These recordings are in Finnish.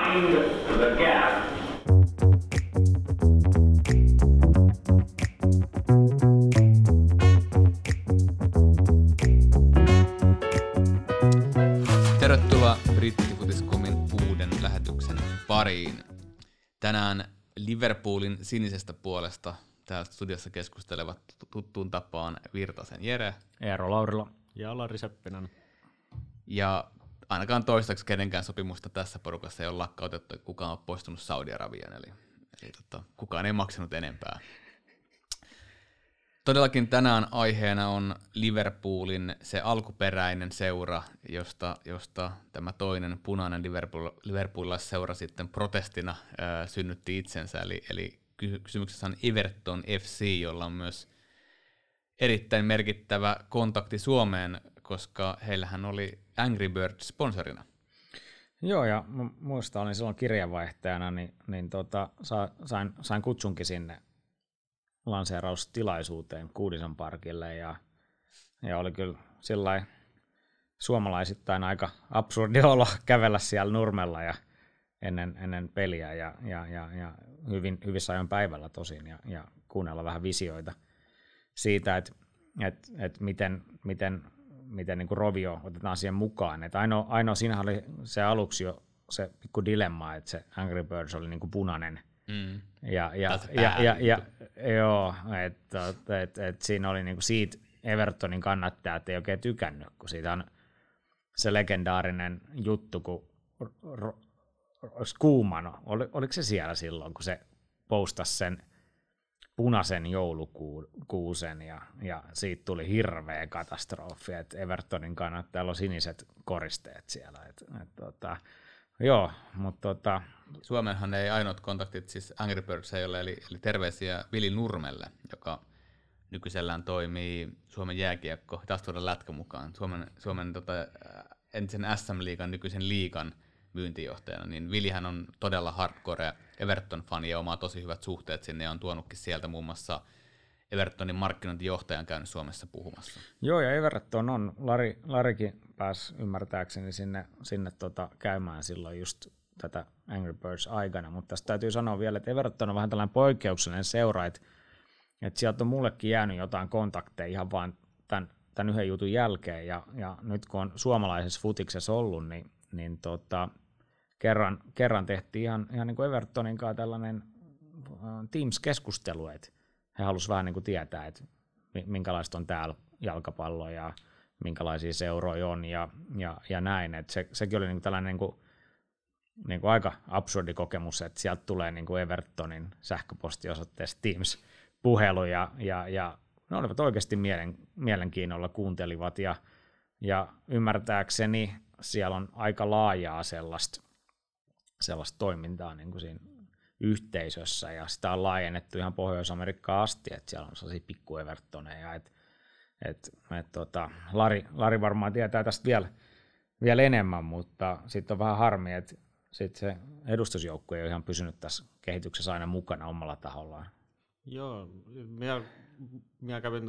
Mind the gap. Tervetuloa Brittifutis.comin uuden lähetyksen pariin. Tänään Liverpoolin sinisestä puolesta täällä studiossa keskustelevat tuttuun tapaan Virtasen Jere. Eero Laurila. Ja Lari Seppinen. Ja ainakaan toistaiseksi kenenkään sopimusta tässä porukassa ei ole lakkautettu, että kukaan on poistunut Saudi-Arabiaan, eli kukaan ei maksanut enempää. Todellakin tänään aiheena on Liverpoolin se alkuperäinen seura, josta tämä toinen punainen Liverpoolilaisseura sitten protestina synnytti itsensä, eli kysymyksessä on Everton FC, jolla on myös erittäin merkittävä kontakti Suomeen, koska heillähän oli Angry Birds sponsorina. Joo, ja muistan, olin silloin kirjanvaihtajana, niin sain kutsunkin sinne lanseeraustilaisuuteen Kuudison parkille, ja oli kyllä sillain suomalaisittain aika absurdi olo kävellä siellä nurmella ja ennen peliä ja hyvissä ajoin päivällä tosin ja kuunnella vähän visioita siitä, että miten niin kuin Rovio otetaan siihen mukaan. Että ainoa siinähän oli se aluksi jo se pikku dilemma, että se Angry Birds oli niin kuin punainen. Että siinä oli niin kuin siitä Evertonin kannattajat ei oikein tykännyt, kun siitä on se legendaarinen juttu, kun Koeman, oliko se siellä silloin, kun se postasi sen punaisen joulukuusen ja siitä tuli hirveä katastrofi, että Evertonin kannattajalla on siniset koristeet siellä. Mutta Suomenhan ei ainoat kontaktit, siis Angry Birds ei ole, eli terveisiä Vili Nurmelle, joka nykyisellään toimii Suomen jääkiekko, taas tuoda lätkä mukaan, Suomen entisen SM-liigan, nykyisen liigan myyntijohtajana, niin Vilihän on todella hardcore Everton-fani ja omaa tosi hyvät suhteet sinne ja on tuonutkin sieltä muun muassa Evertonin markkinointijohtajan käynyt Suomessa puhumassa. Joo, ja Everton on, Larikin pääsi ymmärtääkseni sinne käymään silloin just tätä Angry Birds aikana, mutta tästä täytyy sanoa vielä, että Everton on vähän tällainen poikkeuksellinen seura, että sieltä on mullekin jäänyt jotain kontakteja ihan vaan tämän yhden jutun jälkeen, ja nyt kun on suomalaisessa futiksessa ollut, niin kerran tehtiin ihan niin kuin Evertonin kanssa tällainen Teams-keskustelu, että he halusivat vähän niin kuin tietää, että minkälaista on täällä jalkapallo ja minkälaisia seuroja on ja näin. Että sekin oli niin kuin tällainen niin kuin aika absurdi kokemus, että sieltä tulee niin kuin Evertonin sähköpostiosoitteessa Teams-puhelu ja ne olivat oikeasti mielenkiinnolla, kuuntelivat ja ymmärtääkseni siellä on aika laajaa sellaista toimintaa niin kuin siinä yhteisössä, ja sitä on laajennettu ihan Pohjois-Amerikkaan asti, että siellä on sellaisia pikku Evertoneja, Lari varmaan tietää tästä vielä enemmän, mutta sitten on vähän harmi, että sitten se edustusjoukkue ei ole ihan pysynyt tässä kehityksessä aina mukana omalla tahollaan. Joo, minä kävin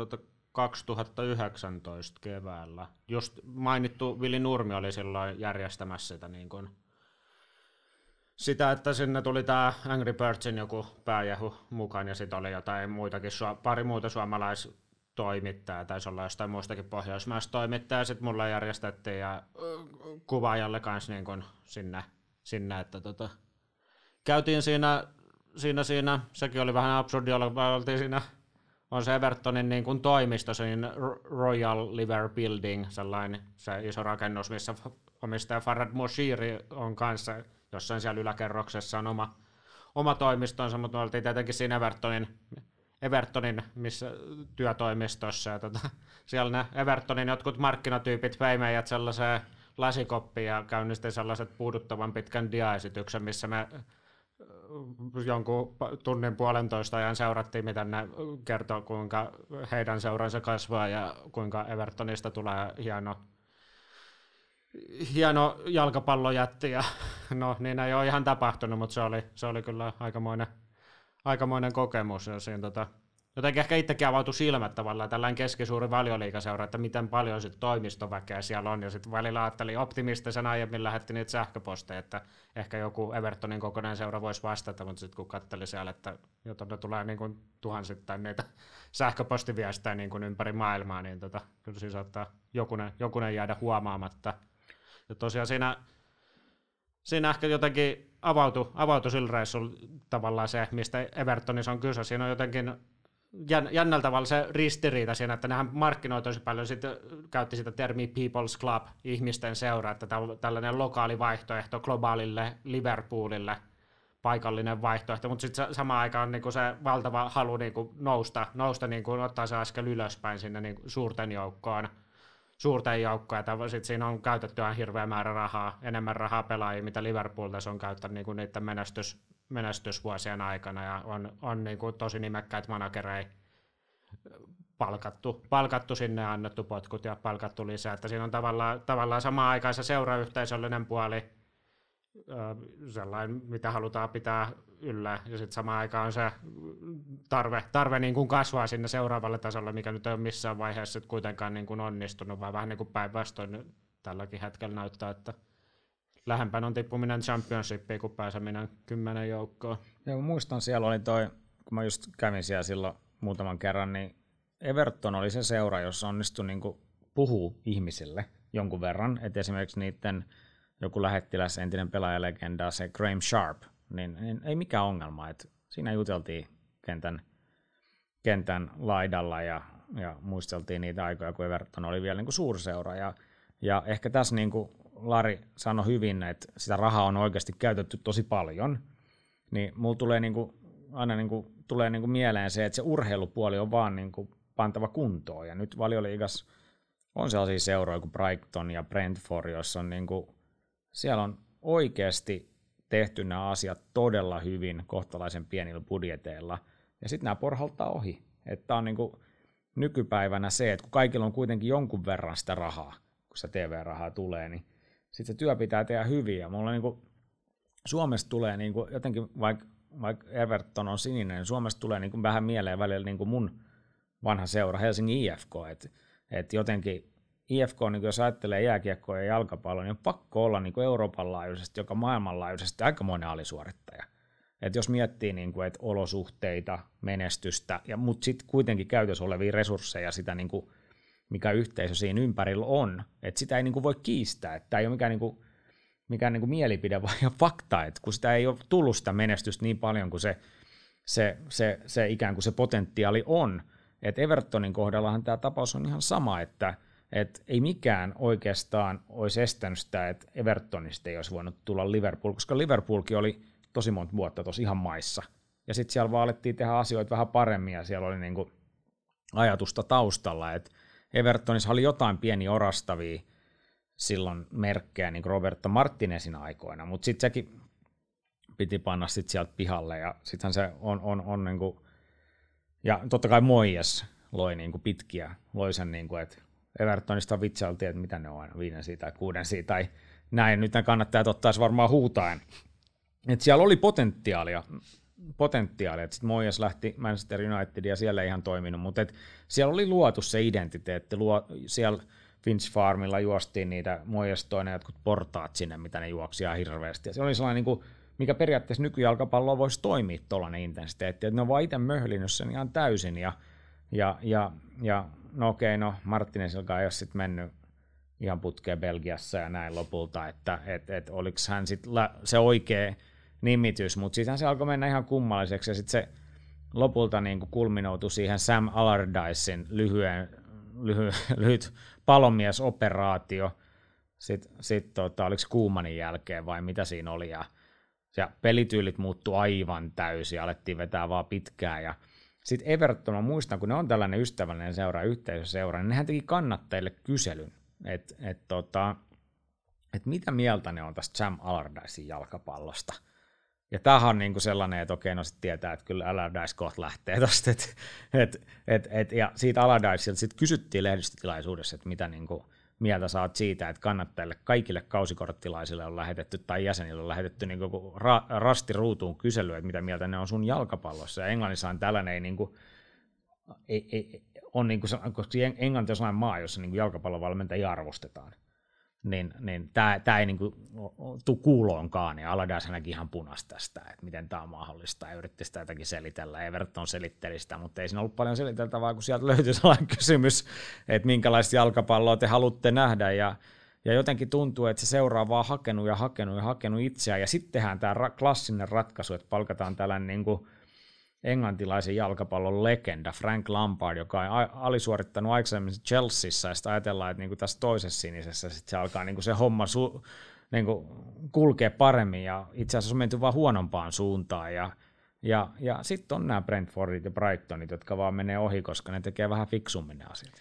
2019 keväällä. Just mainittu Vili Nurmi oli silloin järjestämässä sitä, niin kuin, sitä että sinne tuli tämä Angry Birdsin joku pääjehu mukaan ja sitten oli jotain muitakin, pari muuta suomalaistoimittajaa, taisi olla jostain muistakin pohjoismaista toimittajaa, sitten mulla järjestettiin ja kuvaajalle kanssa niin kuin sinne että käytiin siinä, sekin oli vähän absurdi, oltiin siinä, on se Evertonin niin kuin toimisto, siinä Royal Liver Building, sellainen se iso rakennus, missä omistaja Farhad Moshiri on kanssa, jossain siellä yläkerroksessa on oma toimistonsa, mutta me oltiin tietenkin siinä Evertonin missä työtoimistossa, ja siellä ne Evertonin jotkut markkinatyypit vei meidät sellaiseen lasikoppiin ja käynnisti sellaiset puuduttavan pitkän diaesityksen, missä me jonkun tunnin puolentoista ajan seurattiin, miten ne kertoo, kuinka heidän seuransa kasvaa ja kuinka Evertonista tulee hieno jalkapallojätti. Ja, no niin ei ole ihan tapahtunut, mutta se oli kyllä aikamoinen kokemus. Ja siinä jotenkin ehkä itsekin avautui silmät tavallaan tällainen keskisuuri Valioliigaseura, että miten paljon sitten toimistoväkeä siellä on, ja sitten välillä ajattelin optimistisen aiemmin lähetti niitä sähköposteja, että ehkä joku Evertonin kokonainen seura voisi vastata, mutta sitten kun katselin siellä, että ne tulee niin kuin tuhansittain niitä sähköpostiviestejä niin kuin ympäri maailmaa, niin kyllä siinä saattaa jokunen jäädä huomaamatta. Ja tosiaan siinä ehkä jotenkin avautui sillä reissulla tavallaan se, mistä Evertonissa on kyse. Siinä on jotenkin jännällä tavalla se ristiriita siinä, että nehän markkinoi tosi paljon, käytti sitä termiä People's Club, ihmisten seura, että tällainen lokaali vaihtoehto globaalille Liverpoolille, paikallinen vaihtoehto, mutta sitten samaan aikaan on niinku se valtava halu niinku nousta niinku, ottaa se askel ylöspäin sinne niinku suurten joukkoon, ja sitten siinä on käytetty ihan hirveä määrä rahaa, enemmän rahaa pelaajia, mitä Liverpool tässä on käyttänyt niinku niiden menestysvuosien aikana, ja on niinku tosi nimekkäitä managereita palkattu sinne, annettu potkut ja palkattu lisää, että siinä on tavallaan samaan aikaan se seurayhteisöllinen puoli, sellainen, mitä halutaan pitää yllä, ja sitten samaan aikaan on se tarve niin kuin kasvaa sinne seuraavalle tasolle, mikä nyt ei ole missään vaiheessa kuitenkaan niin kuin onnistunut, vaan vähän niin kuin päinvastoin tälläkin hetkellä näyttää, että lähempänä on tippuminen Championshipiin kuin pääseminen 10 joukkoon. Joo, muistan, siellä oli kun mä just kävin siellä silloin muutaman kerran, niin Everton oli se seura, jossa onnistui niin kuin puhua ihmisille jonkun verran, että esimerkiksi niiden joku lähettiläs, entinen pelaajalegenda, se Graham Sharp, niin ei mikään ongelma, että siinä juteltiin kentän laidalla ja muisteltiin niitä aikoja, kun Everton oli vielä niin kuin suurseura, ja ehkä tässä niin kuin Lari sanoi hyvin, että sitä rahaa on oikeasti käytetty tosi paljon, niin mulla tulee niin kuin, aina niin kuin, tulee niin kuin mieleen se, että se urheilupuoli on vaan niin kuin pantava kuntoon, ja nyt Valioliigassa on sellaisia seuroja kuin Brighton ja Brentford, joissa on niin kuin, siellä on oikeasti tehty nämä asiat todella hyvin kohtalaisen pienillä budjeteilla, ja sitten nämä porhaltaa ohi. Että on niin kuin nykypäivänä se, että kun kaikilla on kuitenkin jonkun verran sitä rahaa, kun se TV-rahaa tulee, niin sitten se työ pitää tehdä hyvin. Ja mulla niin kuin, Suomesta tulee niin kuin, jotenkin, vaikka Everton on sininen, niin Suomesta tulee niin kuin vähän mieleen välillä niin kuin mun vanha seura Helsingin IFK, että jotenkin IFK, niin jos ajattelee jääkiekkoa ja jalkapalloa, niin on pakko olla niin kuin Euroopan laajuisesti, joka maailmanlaajuisesti aikamoinen alisuorittaja. Et jos miettii, niin kuin, että olosuhteita, menestystä, mutta sitten kuitenkin käytössä olevia resursseja, sitä, niin kuin, mikä yhteisö siinä ympärillä on, että sitä ei niin kuin voi kiistää. Että tämä ei ole mikään niin kuin mielipide, vaan ihan fakta, että kun sitä ei ole tullut sitä menestystä niin paljon kuin se ikään kuin se potentiaali on. Että Evertonin kohdallahan tämä tapaus on ihan sama, että ei mikään oikeastaan olisi estänyt sitä, että Evertonista ei olisi voinut tulla Liverpool, koska Liverpoolkin oli tosi monta vuotta tuossa ihan maissa. Ja sitten siellä vaan alettiin tehdä asioita vähän paremmin, ja siellä oli niinku ajatusta taustalla, että Evertonissa oli jotain pieniä orastavia silloin merkkejä niin kuin Roberto Martinezin aikoina, mutta sitten sekin piti panna sit sieltä pihalle, ja sittenhän se on niinku, ja totta kai Moyes loi niinku pitkiä, loi sen niinku, että Evertonista vitsailtiin, että mitä ne on aina 5 tai 6 tai näin, nyt ne kannattajat ottaisi varmaan huutaen. Et siellä oli potentiaalia, että sitten Moyes lähti Manchester Unitediin ja siellä ei ihan toiminut, mutta siellä oli luotu se identiteetti, siellä Finch Farmilla juostiin niitä Moyes toinen jotkut portaat sinne, mitä ne juoksi ihan hirveästi, ja se oli sellainen, niin kuin, mikä periaatteessa nykyjalkapalloa voisi toimia tuollainen intensiteetti, että ne on vaan itse möhlinyt sen ihan täysin, ja no okei, Martinezilkaan ei ole sitten mennyt ihan putkeen Belgiassa ja näin lopulta, että oliko hän sitten se oikea nimitys, mutta sitten se alkoi mennä ihan kummalliseksi, ja sitten se lopulta niin kuin kulminoutui siihen Sam Allardycein lyhyt palomiesoperaatio, sitten oliko se Koemanin jälkeen vai mitä siinä oli, ja pelityylit muuttui aivan täysin, alettiin vetää vaan pitkään, ja sitten Everton, mä muistan, kun ne on tällainen ystävällinen seura, yhteisöseura, niin nehän teki kannattajille kyselyn, että mitä mieltä ne on tästä Sam Allardycein jalkapallosta. Ja tämähän on niinku sellainen, että okei, no sitten tietää, että kyllä Allardyce kohta lähtee tosta, ja siitä Allardicelta sitten kysyttiin lehdistötilaisuudessa, että mitä niinku mieltä saat siitä, että kannattajille kaikille kausikorttilaisille on lähetetty tai jäsenille on lähetetty niinku rasti ruutuun kysely, että mitä mieltä ne on sun jalkapallossa. Ja Englannissa on tällainen, ei niinku on niin kuin, koska Englanti on sellainen maa, jossa niin kuin jalkapallovalmentajia arvostetaan, niin tämä ei niin kuin tule kuuloonkaan, ja Allardyce näki ihan punaista tästä, että miten tämä on mahdollista, ja yritti sitä jotakin selitellä, Everton selitteli sitä, mutta ei siinä ollut paljon seliteltävää, kun sieltä löytyi sellainen kysymys, että minkälaista jalkapalloa te haluatte nähdä, ja jotenkin tuntuu, että se seuraa vaan hakenut itseään, ja sitten tehdään tämä klassinen ratkaisu, että palkataan tällainen niin kuin englantilaisen jalkapallon legenda Frank Lampard, joka on alisuorittanut aikaisemmin Chelseassa, ja sitten ajatellaan, että niin kuin tässä toisessa sinisessä sit se alkaa niin kuin se homma niin kuin kulkea paremmin, ja itse asiassa on menty vaan huonompaan suuntaan, ja sitten on nämä Brentfordit ja Brightonit, jotka vaan menee ohi, koska ne tekee vähän fiksummin ne asiat.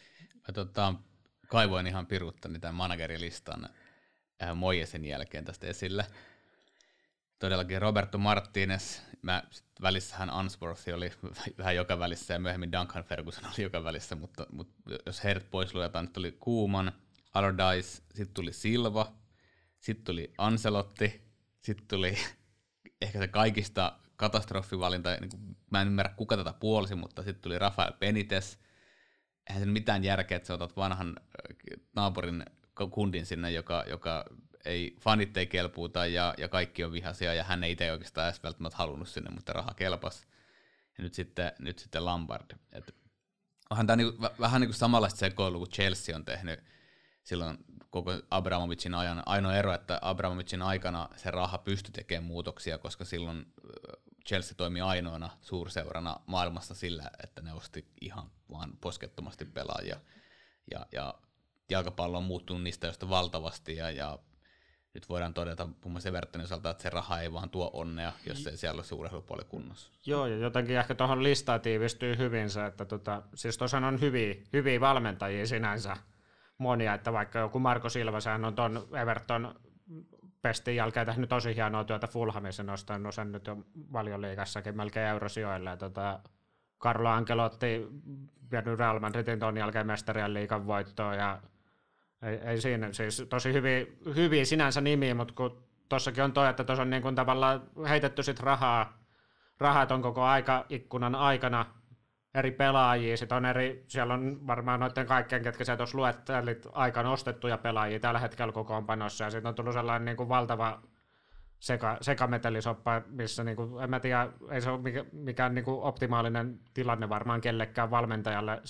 Kaivoin ihan piruuttani tämän managerilistan Moyesen jälkeen tästä esille. Todellakin Roberto Martinez, välissähän Unsworth oli vähän joka välissä ja myöhemmin Duncan Ferguson oli joka välissä, mutta jos heidät pois luetaan, nyt tuli Koeman, Allardyce, sitten tuli Silva, sitten tuli Ancelotti, sitten tuli ehkä se kaikista katastrofivalinta, niin kuin, mä en ymmärrä kuka tätä puolsi, mutta sitten tuli Rafael Benitez. Eihän sen mitään järkeä, että sä otat vanhan naapurin kundin sinne, joka fanit ei kelpuuta ja kaikki on vihaisia ja hän ei itse oikeastaan edes välttämättä halunnut sinne, mutta raha kelpasi. Ja nyt sitten Lampard. Onhan tämä vähän niin kuin samanlaista sekoilua kuin Chelsea on tehnyt silloin koko Abramovićin ajan. Ainoa ero, että Abramovićin aikana se raha pystyi tekemään muutoksia, koska silloin Chelsea toimi ainoana suurseurana maailmassa sillä, että ne osti ihan vaan poskettomasti pelaajia. Ja jalkapallo on muuttunut niistä josta valtavasti ja nyt voidaan todeta muun muassa Evertonin osalta, että se raha ei vaan tuo onnea, jos ei siellä ole se urheilupuoli kunnossa. Joo, ja jotenkin ehkä tuohon listaan tiivistyy hyvin se, että siis tosiaan on hyviä valmentajia sinänsä monia, että vaikka joku Marco Silva, sehän on tuon Everton pestin jälkeen tehnyt tosi hienoa työtä Fulhamissa, nostanut sen nyt jo Valioliigassakin melkein eurosijoille. Carlo Ancelotti vienyt Real Madridin tuon jälkeen mestarien liigan voittoon, ja ei siinä, siis tosi hyviä sinänsä nimiä, mutta kun tossakin on toi, että tuossa on niin kuin tavallaan heitetty sit rahaa ton koko aikaikkunan aikana eri pelaajia, sit on siellä on varmaan noiden kaikkien, ketkä sieltä tuossa luettelit aikana ostettuja pelaajia tällä hetkellä kokoonpanossa, ja siitä on tullut sellainen niin kuin valtava sekametelisoppa, missä niin kuin, en mä tiedä, ei se ole mikään niin kuin optimaalinen tilanne varmaan kellekään valmentajalle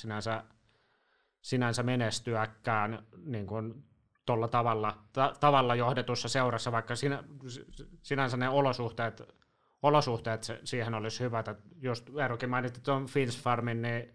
sinänsä menestyäkään niin kuin tuolla tavalla johdetussa seurassa, vaikka sinänsä ne olosuhteet siihen olisi hyvät. Että just Eerokin mainitsi tuon Finns Farmin, niin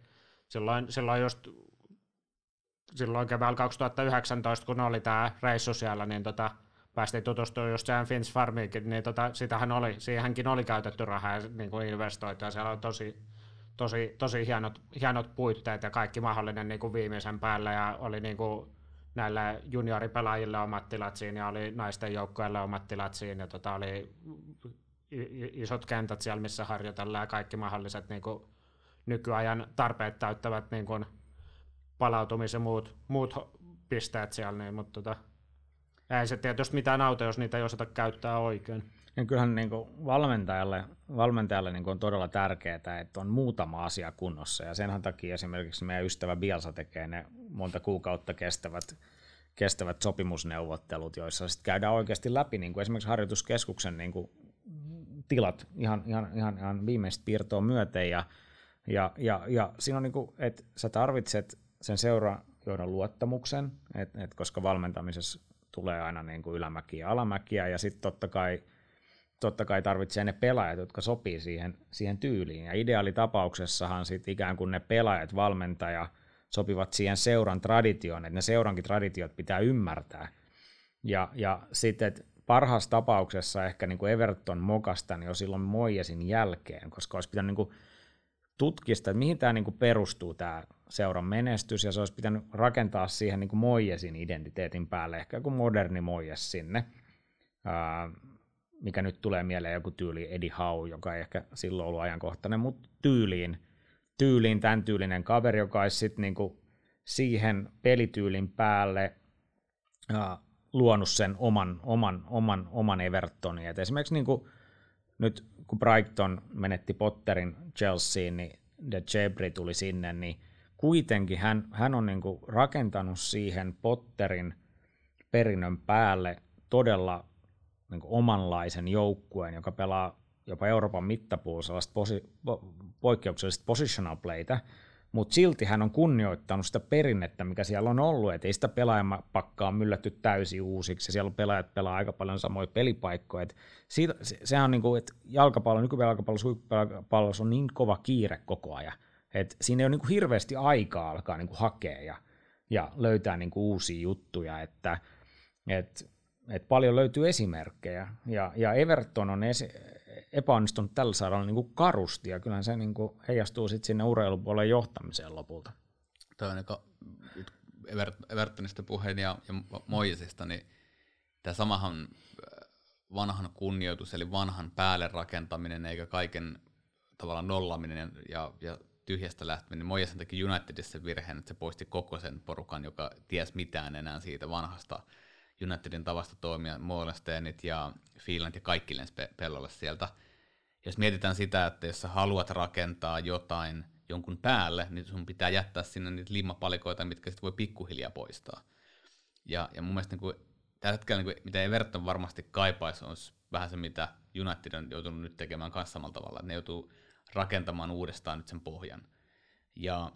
silloin keväällä 2019, kun oli tämä reissu siellä, niin päästiin tutustumaan just siihen Finns Farmiinkin, niin siihenkin oli käytetty rahaa ja niin kuin investoitu, ja siellä on tosi hienot puitteet ja kaikki mahdollinen niin kuin viimeisen päälle, ja oli niin kuin näille junioripelaajille omat tilat siinä, ja oli naisten joukkueelle omat tilat siinä, ja oli isot kentät siellä, missä harjoitellaan, ja kaikki mahdolliset niin kuin nykyajan tarpeet täyttävät niin kuin palautumisen muut pisteet siellä, niin, mutta ei se tietysti mitään auta, jos niitä ei osata käyttää oikein. Ja kyllähän niin kuin valmentajalle niin kuin on todella tärkeää, että on muutama asia kunnossa, ja senhän takia esimerkiksi meidän ystävä Bielsa tekee ne monta kuukautta kestävät sopimusneuvottelut, joissa sitten käydään oikeasti läpi niin kuin esimerkiksi harjoituskeskuksen niin kuin tilat ihan viimeistä piirtoa myöten, ja siinä on niin kuin, että sä tarvitset sen seurajohdon luottamuksen, että koska valmentamisessa tulee aina niin kuin ylämäkiä ja alamäkiä, ja sitten totta kai tarvitsee ne pelaajat, jotka sopii siihen tyyliin. Ja ideaalitapauksessahan sitten ikään kuin ne pelaajat, valmentaja, sopivat siihen seuran traditioon, että ne seurankin traditiot pitää ymmärtää. Ja sitten, että parhaassa tapauksessa ehkä niin kuin Everton mokasta niin jo silloin Moyesin jälkeen, koska olisi pitänyt niin kuin tutkia sitä, että mihin tämä niin kuin perustuu tämä seuran menestys, ja se olisi pitänyt rakentaa siihen niin kuin Moyesin identiteetin päälle, ehkä joku moderni Moyes sinne, mikä nyt tulee mieleen joku tyyli Eddie Howe, joka ei ehkä silloin ollut ajankohtainen, mutta tyyliin tämän tyylinen kaveri, joka olisi sitten niin kuin siihen pelityylin päälle luonut sen oman Evertonin. Et esimerkiksi niin kuin nyt kun Brighton menetti Potterin Chelseain, niin De Chebri tuli sinne, niin kuitenkin hän on niin kuin rakentanut siihen Potterin perinnön päälle todella niin kuin omanlaisen joukkueen, joka pelaa jopa Euroopan mittapuulla sellaista poikkeuksellista positional playtä, mutta silti hän on kunnioittanut sitä perinnettä, mikä siellä on ollut, että ei sitä pelaajapakkaa myllätty täysin uusiksi, ja siellä pelaajat pelaa aika paljon samoja pelipaikkoja. Sehän on niin kuin, että nykyjalkapallossa, huippupallossa on niin kova kiire koko ajan, että siinä ei ole niin kuin hirveästi aikaa alkaa niin kuin hakea ja löytää niin kuin uusia juttuja, että paljon löytyy esimerkkejä, ja Everton on epäonnistunut tällä saralla niin kuin karusti, ja kyllähän se niin kuin heijastuu sitten sinne urheilupuolen johtamiseen lopulta. Tuo on Evertonista puheen ja Moisesta, niin tämä samahan vanhan kunnioitus, eli vanhan päälle rakentaminen, eikä kaiken tavallaan nollaminen ja tyhjästä lähteminen. Moisen teki Unitedissa virheen, että se poisti koko sen porukan, joka ties mitään enää siitä vanhasta Unitedin tavasta toimia, Molensteenit ja Phelan ja kaikki lensi pellolle sieltä. Jos mietitään sitä, että jos sä haluat rakentaa jonkun päälle, niin sun pitää jättää sinne niitä limmapalikoita, mitkä sit voi pikkuhiljaa poistaa. Ja mun mielestä niin tällä hetkellä, niin mitä Everton varmasti kaipaisi, on vähän se, mitä United on joutunut nyt tekemään kanssa samalla tavalla. Ne joutuu rakentamaan uudestaan nyt sen pohjan. Ja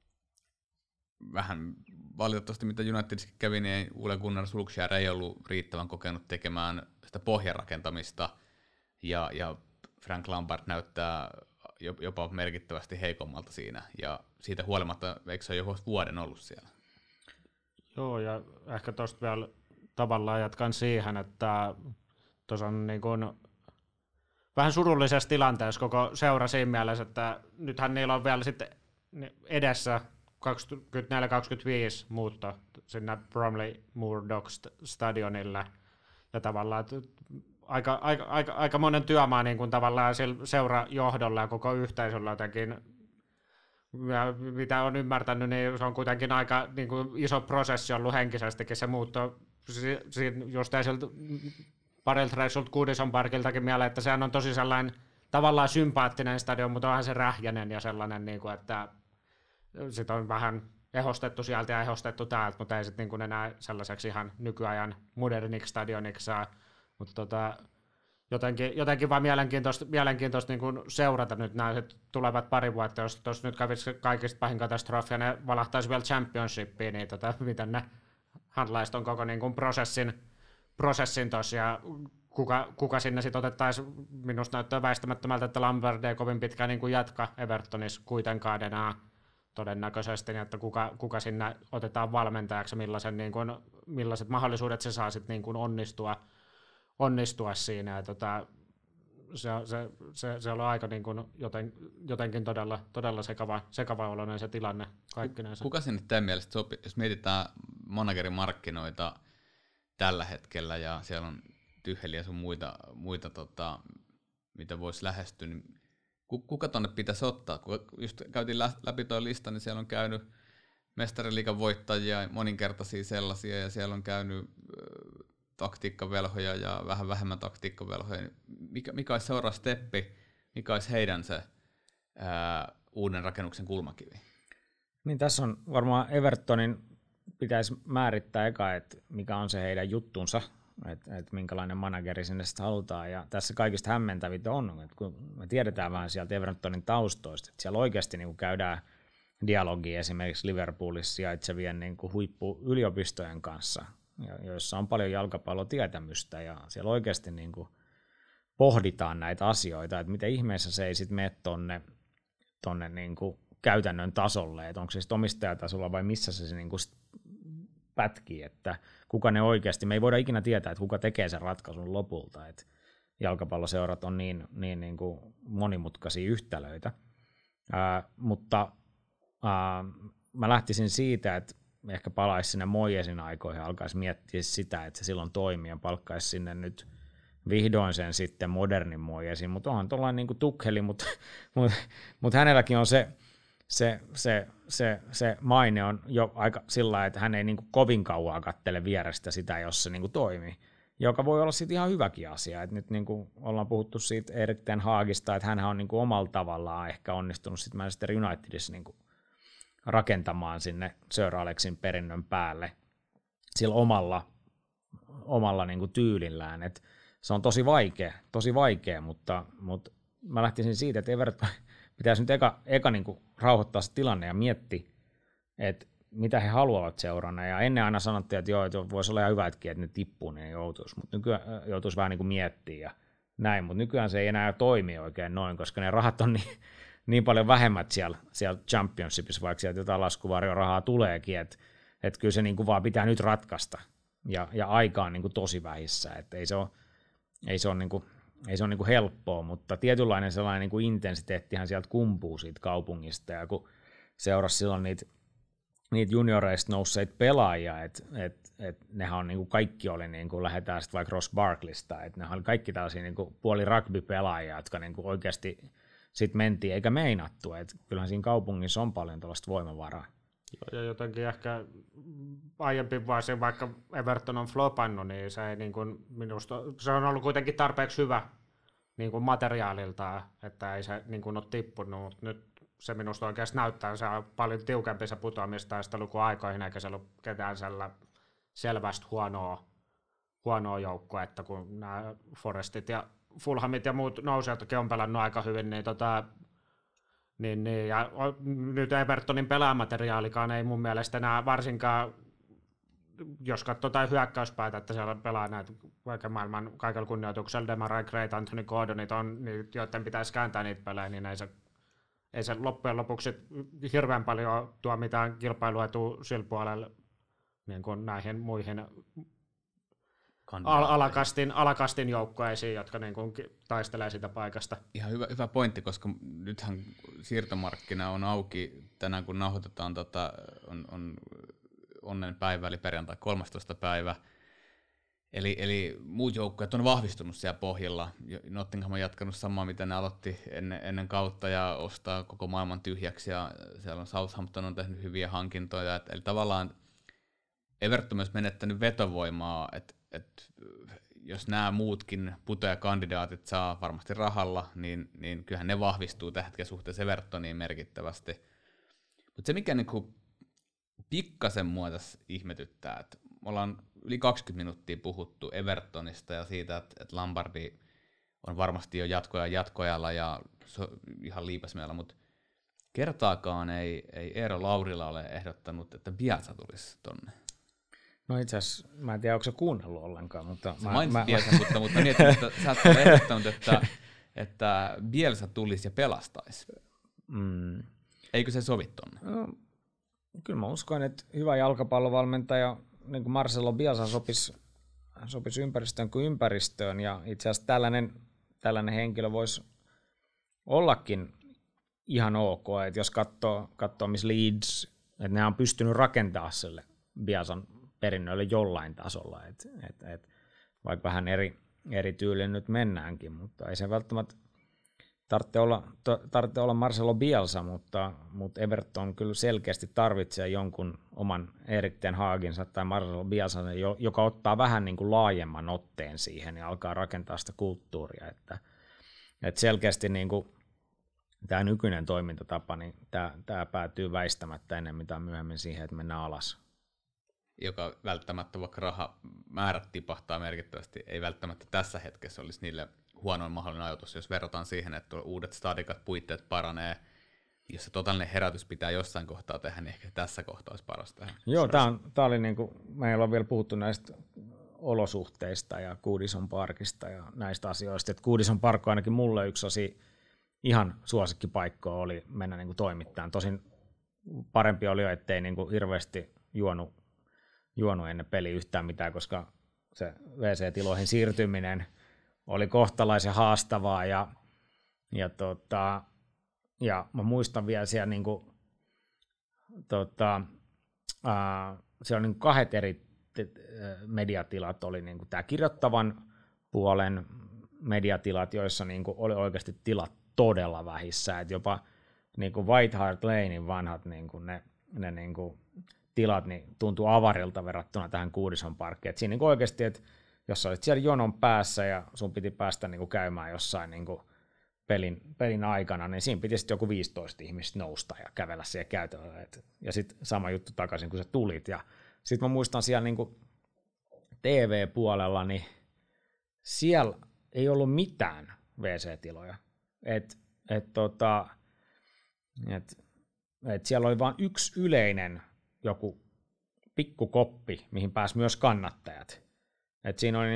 vähän valitettavasti, mitä Unitedissakin kävi, niin Ole Gunnar Solskjaer ei ollut riittävän kokenut tekemään sitä pohjarakentamista, ja Frank Lampard näyttää jopa merkittävästi heikommalta siinä, ja siitä huolimatta, eikö se ole jo vuoden ollut siellä? Joo, ja ehkä tuosta vielä tavallaan jatkan siihen, että tuossa on niin kuin vähän surullisessa tilanteessa koko seura siinä mielessä, että nythän niillä on vielä sitten edessä 24-25 muutto sinne Bromley Moor Docks stadionille, ja tavallaan aika monen työmaa niin kuin tavallaan seurajohdolla ja koko yhteisöllä jotenkin, ja mitä on ymmärtänyt, niin se on kuitenkin aika niin kuin iso prosessi ollut henkisestikin se muutto, just ei siltä parilta reissulta Goodison Parkiltakin mieleen, että sehän on tosi sellainen tavallaan sympaattinen stadion, mutta onhan se rähjäinen ja sellainen, niin kuin, että sitä on vähän ehostettu sieltä ja ehostettu täältä, mutta ei sitten niin enää sellaiseksi ihan nykyajan moderniksi stadioniksi saa. Mutta jotenkin vaan mielenkiintoista niin kuin seurata nyt nämä tulevat pari vuotta, jos tuossa nyt kävisi kaikista pahin katastrofi ja ne valahtaisi vielä Championshipiin, niin miten ne handlaisi on koko niin kuin prosessin tuossa, ja kuka sinne sitten otettaisiin, minusta näyttää väistämättömältä, että Lampard ei kovin pitkään niin kuin jatka Evertonissa kuitenkaan enää todennäköisesti, niin että kuka sinne otetaan valmentajaksi, millaiset mahdollisuudet se saa sitten niin kuin onnistua siinä. Ja se on aika niin kuin jotenkin todella sekava oloinen se tilanne kaikkinensa. Kuka sinne tämän mielestä sopii, jos mietitään managerimarkkinoita tällä hetkellä, ja siellä on Tyheliä ja sun muita mitä voisi lähestyä, niin kuka tonne pitäisi ottaa? Kun just käytiin läpi tuo lista, niin siellä on käynyt mestariliigan voittajia, moninkertaisia sellaisia, ja siellä on käynyt taktiikkavelhoja ja vähän vähemmän taktiikkavelhoja. Mikä olisi seuraava steppi? Mikä olisi heidän se uuden rakennuksen kulmakivi? Niin tässä on varmaan Evertonin pitäisi määrittää eka, että mikä on se heidän juttunsa, että minkälainen manageri sinne sitten halutaan. Ja tässä kaikista hämmentävitä on, että kun me tiedetään vähän sieltä Evertonin taustoista, että siellä oikeasti niin kuin käydään dialogia esimerkiksi Liverpoolissa sijaitsevien niin kuin huippuyliopistojen kanssa, joissa on paljon jalkapallotietämystä, ja siellä oikeasti niin kuin pohditaan näitä asioita, että miten ihmeessä se ei sitten mene tonne niin kuin käytännön tasolle, että onko se sitten omistajatasolla vai missä se niin kuin pätkii, että kuka ne oikeasti, me ei voida ikinä tietää, että kuka tekee sen ratkaisun lopulta, että jalkapalloseurat on niin kuin monimutkaisia yhtälöitä, mutta mä lähtisin siitä, että ehkä palaisi sinne Moyesin aikoihin ja alkaisi miettiä sitä, että se silloin toimii ja palkkaisi sinne nyt vihdoin sen sitten modernin Moyesin, mutta onhan tuollainen niin kuin Tucheli, mutta hänelläkin on se maine on jo aika sillä lailla, että hän ei niin kuin kovin kauan katsele vierestä sitä, jos se niin kuin toimii. joka voi olla sitten ihan hyväkin asia. Et nyt niin kuin ollaan puhuttu siitä Erik ten Hagista, että hän on niin kuin omalla tavallaan ehkä onnistunut sitten Manchester Unitedissa niin kuin rakentamaan sinne Sir Alexin perinnön päälle sillä omalla niin kuin tyylillään. Et se on tosi vaikea, mutta mä lähtisin siitä, että Everton pitäisi nyt eka niin kuin rauhoittaa se tilanne ja miettiä, että mitä he haluavat seurana. Ja ennen aina sanottiin, että joo, että voisi olla ihan hyvätkin, että ne tippuu, niin joutuisi. Mutta nykyään joutuisi vähän niin kuin miettimään ja näin. Mutta nykyään se ei enää toimi oikein noin, koska ne rahat on niin paljon vähemmät siellä Championshipissa, vaikka sieltä jotain laskuvarjorahaa tuleekin, että kyllä se niin kuin vaan pitää nyt ratkaista. Ja aika on niin kuin tosi vähissä. Että ei se ole niin kuin helppoa, mutta tietynlainen sellainen niin kuin intensiteettihän sieltä kumpuu siitä kaupungista. Ja kun seurasi silloin niitä junioreista nousseita pelaajia, että nehän on niinku kaikki oli niinku, lähdetään sitten vaikka Ross Barkleysta, että nehän oli kaikki tällaisia niinku puoli rugby-pelaajia, jotka niinku oikeasti sitten mentiin eikä meinattu, että kyllähän siinä kaupungissa on paljon tällaista voimavaraa. Ja jotenkin ehkä aiempi vuosi, vaikka Everton on flopannut, niin se ei niinku, minusta, se on ollut kuitenkin tarpeeksi hyvä niinku materiaaliltaan, että ei se niinku ole tippunut, mutta nyt se minusta oikeasti näyttää, se on paljon tiukempi se putoamistaistelu kuin aikoihin, eikä se ollut ketään selvästi huonoa joukkoa, että kun nämä Forestit ja Fulhamit ja muut nousijatkin on pelannut aika hyvin, niin ja nyt Evertonin pelaamateriaalikaan ei mun mielestä enää varsinkaan, jos katsoo jotain hyökkäyspäätä, että siellä pelaa näitä vaikka maailman kaikella kunnioituksella Demarai Great, Anthony Gordonit on, joiden pitäisi kääntää niitä pelejä, niin ei se loppujen lopuksi hirveän paljon tuo mitään kilpailuetua sillä puolella niin kuin näihin muihin alakastin joukkueisiin, jotka niin kuin taistelee sitä paikasta. Ihan hyvä pointti, koska nythän siirtomarkkina on auki tänään, kun nauhoitetaan, on onnen päivä, eli perjantai 13. päivä. Eli muut joukkueet on vahvistunut siellä pohjalla. Nottingham on jatkanut samaa, mitä ne aloitti ennen kautta ja ostaa koko maailman tyhjäksi. Ja siellä on Southampton on tehnyt hyviä hankintoja. Eli tavallaan Everton myös menettänyt vetovoimaa, että jos nämä muutkin putoajakandidaatit saa varmasti rahalla, niin kyllähän ne vahvistuu tähän hetkeen suhteessa Evertoniin merkittävästi. Mutta se mikä niinku pikkasen mua tässä ihmetyttää, että me ollaan yli 20 minuuttia puhuttu Evertonista ja siitä, että Lampardi on varmasti jo jatkojalla ja ihan liipasmeella, mutta kertaakaan ei Eero Laurila ole ehdottanut, että Bielsa tulisi tonne. No itse asiassa, mä en tiedä, onko se kuunnellut ollenkaan, mutta... Sä mainitsit Bielsan, mutta mietin, että sä oot ehdottanut, että Bielsa tulisi ja pelastaisi. Eikö se sovi tonne? No, kyllä mä uskon, että hyvä jalkapallovalmentaja, niin kuin Marcelo Bielsa sopisi ympäristöön kuin ympäristöön, ja itse asiassa tällainen henkilö voisi ollakin ihan ok, että jos katsoo missä Leeds, että ne on pystynyt rakentamaan sille Bielsan perinnölle jollain tasolla, että vaikka vähän eri tyylin nyt mennäänkin, mutta ei se välttämättä tarvitse olla Marcelo Bielsa, mutta Everton kyllä selkeästi tarvitsee jonkun oman Erik ten Haginsa tai Marcelo Bielsan, joka ottaa vähän niin kuin laajemman otteen siihen ja alkaa rakentaa sitä kulttuuria, että selkeästi niin kuin tämä nykyinen toimintatapa, niin tämä päätyy väistämättä enemmän tai myöhemmin siihen, että mennään alas. Joka välttämättä, vaikka rahamäärät tipahtaa merkittävästi, ei välttämättä tässä hetkessä olisi niille huonoin mahdollinen ajatus, jos verrataan siihen, että uudet stadikat, puitteet paranee. Jos se totaalinen herätys pitää jossain kohtaa tehdä, niin ehkä tässä kohtaa olisi paras tehdä. Joo, tämä oli niin kuin, meillä on vielä puhuttu näistä olosuhteista ja Goodison Parkista ja näistä asioista. Että Goodison Park on ainakin mulle yksi asia, ihan suosikkipaikkoa oli mennä niin kuin toimittamaan. Tosin parempi oli jo, ettei niin kuin hirveästi juonut ennen peli yhtään mitään, koska se WC-tiloihin siirtyminen oli kohtalaisen haastavaa ja mä muistan vielä siellä niinku, siellä oli niinku kahdet eri mediatilat, oli niinku tämä kirjoittavan puolen mediatilat, joissa niinku oli oikeasti tilat todella vähissä, että jopa niinku White Hart Lanein vanhat niinku ne niinku tilat niin tuntuu avarilta verrattuna tähän Goodison Parkiin. Siinä niin oikeasti, että jos sä olit siellä jonon päässä ja sun piti päästä niin kuin käymään jossain niin kuin pelin aikana, niin siinä piti sitten joku 15 ihmistä nousta ja kävellä siihen käytävälle. Ja sitten sama juttu takaisin, kun sä tulit. Ja sitten mä muistan siellä niin kuin TV-puolella, niin siellä ei ollut mitään WC-tiloja. Siellä oli vain yksi yleinen joku pikkukoppi, mihin pääsi myös kannattajat. Siinä oli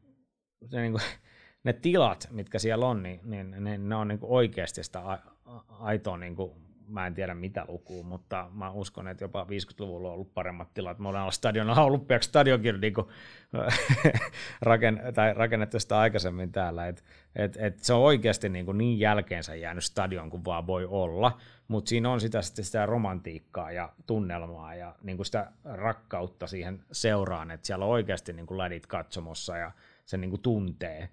ne tilat, mitkä siellä on, niin ne on oikeasti sitä aitoa, mä en tiedä mitä lukua, mutta mä uskon, että jopa 50-luvulla on ollut paremmat tilat. Me ollaan Olympiaksi stadionkin rakennettu sitä aikaisemmin täällä. Se on oikeasti niin jälkeensä jäänyt stadion kuin vaan voi olla, mutta siinä on sitä romantiikkaa ja tunnelmaa ja sitä rakkautta siihen seuraan, että siellä on oikeasti lädit katsomossa ja se tuntee.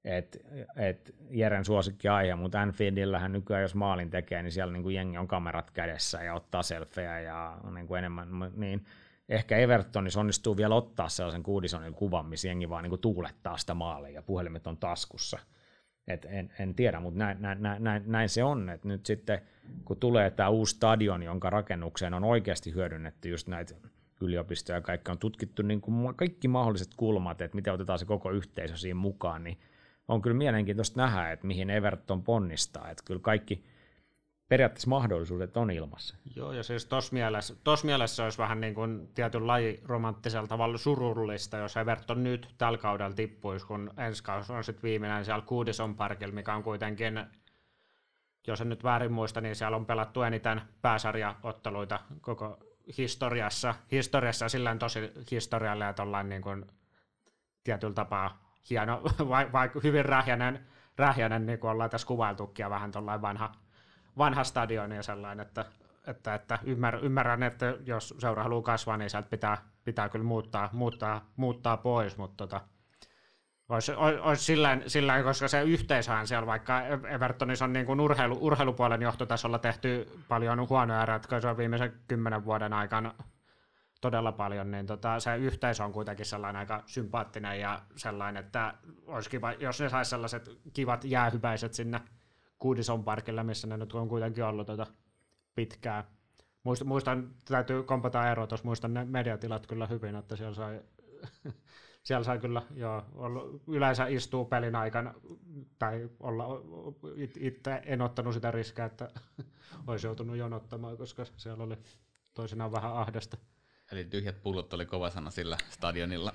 Jeren suosikki aihe, mutta Anfieldillähän nykyään, jos maalin tekee, niin siellä jengi on kamerat kädessä ja ottaa selfieä ja enemmän, niin ehkä Evertonissa onnistuu vielä ottaa sellaisen Goodisonin kuvan, missä jengi vaan tuulettaa sitä maalia ja puhelimet on taskussa. En tiedä, mutta näin se on, että nyt sitten kun tulee tämä uusi stadion, jonka rakennukseen on oikeasti hyödynnetty just näitä yliopistoja ja kaikki on tutkittu kaikki mahdolliset kulmat, että miten otetaan se koko yhteisö siinä mukaan, niin on kyllä mielenkiintoista nähdä, että mihin Everton ponnistaa, että kyllä kaikki periaatteessa mahdollisuudet on ilmassa. Joo, ja siis tuossa mielessä olisi vähän niin kuin tietyn lajiromanttisella tavalla surullista, jos Everton nyt tällä kaudella tippuisi, kun ensi kausi on sitten viimeinen siellä Goodison Parkilla, mikä on kuitenkin, jos en nyt väärin muista, niin siellä on pelattu eniten pääsarjaotteluita koko historiassa silleen tosi historialle, että ollaan niin kuin tietyllä tapaa hieno, vaikka hyvin rähjäinen niin kuin ollaan tässä kuvailtukin ja vähän tuollainen vanha stadion ja sellainen, että ymmärrän, että jos seura haluaa kasvaa, niin sieltä pitää kyllä muuttaa pois, mutta olisi sillä, koska se yhteisöhän siellä, vaikka Evertonissa on niin kuin urheilupuolen johtotasolla tehty paljon huonoja ratkaisuja viimeisen 10 vuoden aikana todella paljon, niin se yhteisö on kuitenkin sellainen aika sympaattinen ja sellainen, että olisi kiva, jos ne saisi sellaiset kivat jäähyväiset sinne Goodison Parkille, missä ne nyt on kuitenkin ollut pitkään. Muistan, täytyy kompata ero, tuossa muistan ne mediatilat kyllä hyvin, että siellä sai kyllä yleensä istuu pelin aikana, tai itse en ottanut sitä riskiä, että olisi joutunut jonottamaan, koska siellä oli toisinaan vähän ahdasta. Eli tyhjät pullot oli kova sana sillä stadionilla.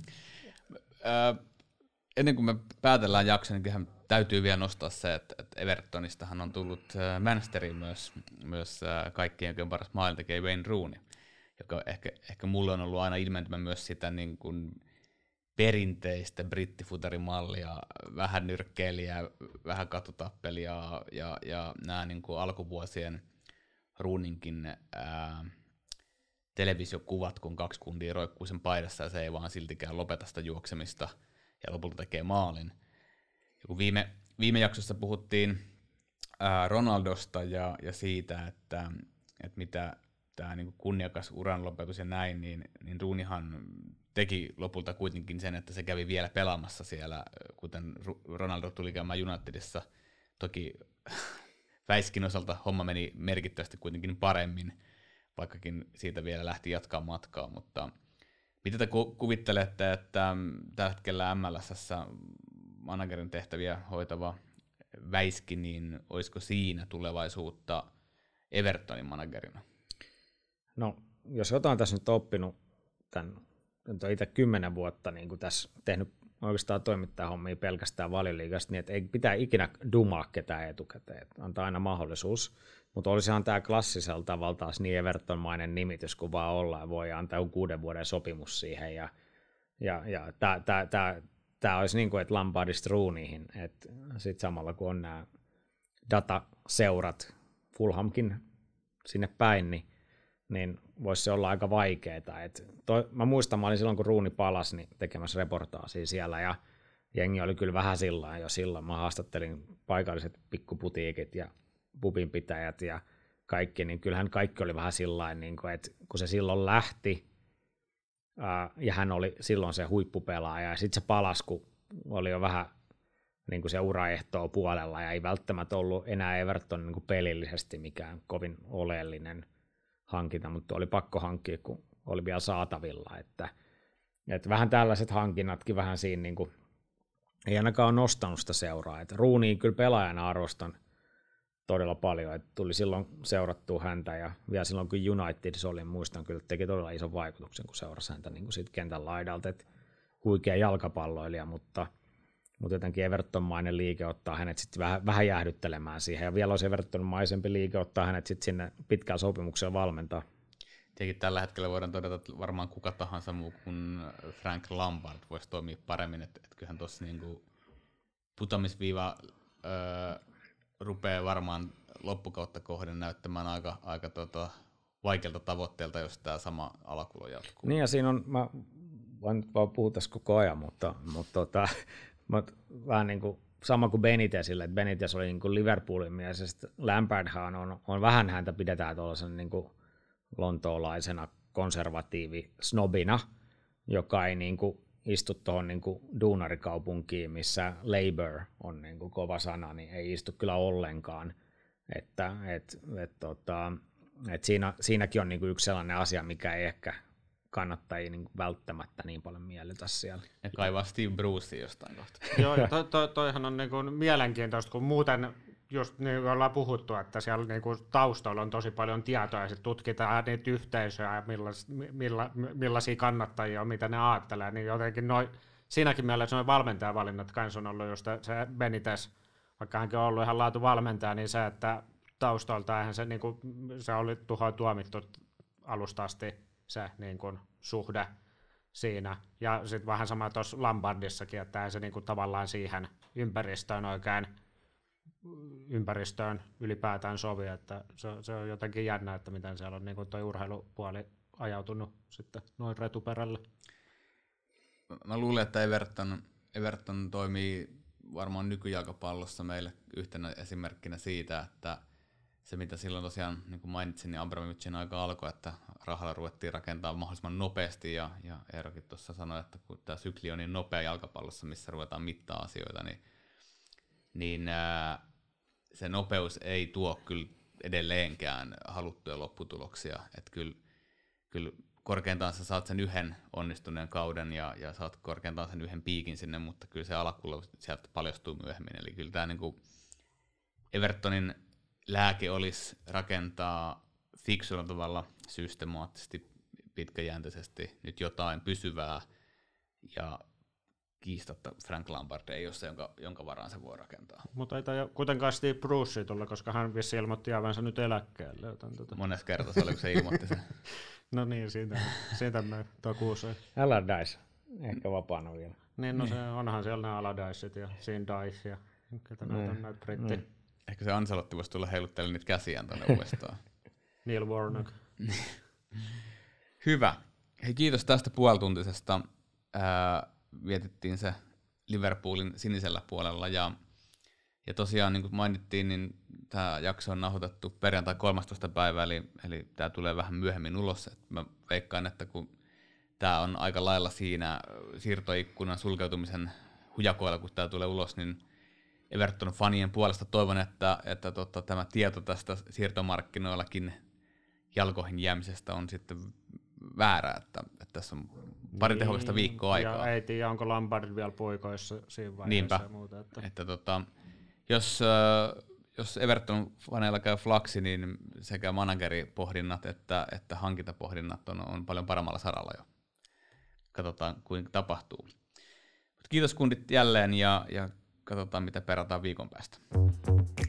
Ennen kuin me päätellään jakson, niin kyllähän täytyy vielä nostaa se, että Evertonistahan on tullut Manchesteriin myös kaikkien oikein paras maailmantekijä Wayne Rooney, joka ehkä mulle on ollut aina ilmentymä myös sitä niin kuin perinteistä brittifutarimallia, vähän nyrkkeilijää, vähän katutappelia ja nämä niin kuin alkuvuosien Rooninkin televisiokuvat, kun 2 kundia roikkuu sen paidassa ja se ei vaan siltikään lopeta sitä juoksemista ja lopulta tekee maalin. Ja kun viime jaksossa puhuttiin Ronaldosta ja siitä, että mitä tämä niin kunniakas uranlopetus ja näin, niin Rooneyhan teki lopulta kuitenkin sen, että se kävi vielä pelaamassa siellä, kuten Ronaldo tuli käymään Unitedissa. Toki Väiskin osalta homma meni merkittävästi kuitenkin paremmin, vaikkakin siitä vielä lähti jatkaa matkaa, mutta mitä te kuvittelette, että tällä hetkellä MLS:ssä managerin tehtäviä hoitava Väiski, niin olisiko siinä tulevaisuutta Evertonin managerina? No, jos jotain tässä nyt oppinut tämän itse 10 vuotta niin kuin tässä tehnyt oikeastaan toimittajahommia pelkästään Valioliigasta, niin että ei pitää ikinä dumaa ketään etukäteen, antaa aina mahdollisuus. Mutta olisihan tämä klassisella tavalla taas niin Everton-mainen nimitys kuin vaan ollaan, voi antaa 6 vuoden sopimus siihen ja tämä olisi niin kuin, että Lampardista Rooneyhin, että sitten samalla kun on nämä dataseurat Fulhamkin sinne päin, niin voisi se olla aika vaikeaa. Mä muistan, mä olin silloin kun Rooney palasi niin tekemässä reportaasia siellä ja jengi oli kyllä vähän silloin. Mä haastattelin paikalliset pikkuputiikit ja pubinpitäjät ja kaikki, niin kyllähän kaikki oli vähän sillain, niin että kun se silloin lähti, ja hän oli silloin se huippupelaaja, ja sitten se palasi, kun oli jo vähän niin kuin se uraehtoa puolella, ja ei välttämättä ollut enää Everton niin kuin pelillisesti mikään kovin oleellinen hankinta, mutta oli pakko hankkia, kun oli vielä saatavilla, että vähän tällaiset hankinnatkin vähän siinä niin kuin, ei ainakaan ole nostanut sitä seuraa, että Rooney'n kyllä pelaajana arvostan todella paljon, että tuli silloin seurattua häntä, ja vielä silloin kun Unitedissa oli, muistan kyllä, teki todella ison vaikutuksen, kun seurasi häntä niin kuin siitä kentän laidalta, että huikea jalkapalloilija, mutta jotenkin Everton-mainen liike ottaa hänet sitten vähän jäähdyttelemään siihen, ja vielä olisi Everton-maisempi liike ottaa hänet sitten sinne pitkään sopimukseen valmentaa. Tietenkin tällä hetkellä voidaan todeta, että varmaan kuka tahansa muu kuin Frank Lampard voisi toimia paremmin, että kyllähän tuossa niinku putoamisviiva rupeaa varmaan loppukautta kohden näyttämään aika vaikealta tavoitteelta, jos tämä sama alakulo jatkuu. Niin, ja siinä on, mä voin vaan puhua tässä koko ajan, mutta vähän niin kuin sama kuin Benitezille, että Benitez oli niin kuin Liverpoolin mies, ja sitten Lampardhan on vähän häntä pidetään tuollaisen niin kuin lontoolaisena konservatiivi snobina, joka ei niin kuin istu tuohon niin kuin duunarikaupunkiin, missä Labour on niin kuin kova sana, niin ei istu kyllä ollenkaan. Että siinäkin on niin kuin yksi sellainen asia, mikä ei ehkä kannattajia niin välttämättä niin paljon miellytä siellä. Ja kaivaa Steve Brucea jostain kohtaa. Joo, ja toihan on niin kuin mielenkiintoista, kun muuten just niin kuin ollaan puhuttu, että siellä niin kuin taustalla on tosi paljon tietoa, ja sitten tutkitaan niitä yhteisöjä, ja millaisia kannattajia on, mitä ne ajattelee, niin jotenkin siinäkin mielessä nuo valmentajavalinnat kanssa on ollut just se Benitez, vaikka hänkin on ollut ihan laatuvalmentaja, niin se, että taustalta eihän se, niin kuin, se oli tuhoa tuomittu alusta asti se niin kuin suhde siinä. Ja sitten vähän sama tuossa Lampardissakin, että ei se niin kuin tavallaan siihen ympäristöön ylipäätään sovi, että se on jotenkin jännä, että miten siellä on niin kuin tuo urheilupuoli ajautunut sitten noin retuperälle. Mä luulen, että Everton toimii varmaan nykyjalkapallossa meille yhtenä esimerkkinä siitä, että se mitä silloin tosiaan, niin kuin mainitsin, niin Abramovicin aika alkoi, että rahalla ruvettiin rakentaa mahdollisimman nopeasti, ja Eerokin tuossa sanoi, että kun tämä sykli on niin nopea jalkapallossa, missä ruvetaan mittaa asioita, niin se nopeus ei tuo kyllä edelleenkään haluttuja lopputuloksia, että kyllä korkeintaan sä saat sen yhden onnistuneen kauden ja saat korkeintaan sen yhden piikin sinne, mutta kyllä se alakulo sieltä paljastuu myöhemmin, eli kyllä tämä niin kuin Evertonin lääke olisi rakentaa fiksulla tavalla systemaattisesti, pitkäjänteisesti nyt jotain pysyvää, ja kiistatta Frank Lampard ei ole se, jonka varaan se voi rakentaa. Mutta ei tämä kuitenkaan Steve Bruce tulla, koska hän vissi ilmoitti jäävänsä nyt eläkkeelle. Monessa kertaa oliko se ilmoitti sen? No niin, siitä mä takuuseen. Allardyce, ehkä vapaana vielä. Niin, no se onhan siellä nämä Allardycet ja Dice ja ketä näitä britti. Ehkä se Ancelotti voisi tulla heiluttelemaan niitä käsiään tuonne uudestaan. Neil Warnock. Hyvä. Hei, kiitos tästä puolituntisesta. Vietettiin se Liverpoolin sinisellä puolella, ja tosiaan niin kuin mainittiin, niin tämä jakso on nauhoitettu perjantai 13. päivä, eli tämä tulee vähän myöhemmin ulos. Et mä veikkaan, että kun tämä on aika lailla siinä siirtoikkunan sulkeutumisen hujakoilla, kun tämä tulee ulos, niin Everton-fanien puolesta toivon, että tämä tieto tästä siirtomarkkinoillakin jalkoihin jäämisestä on sitten väärä, että tässä on pari tehokasta viikkoa aikaa. Ja ei tiedä, onko Lampard vielä poikoissa siinä vaiheessa. Niinpä, ja muuta. että jos Everton-faneilla käy flaksi, niin sekä manageripohdinnat että hankintapohdinnat on paljon paremmalla saralla jo. Katsotaan, kuinka tapahtuu. Kiitos kundit jälleen, ja katsotaan, mitä perataan viikon päästä.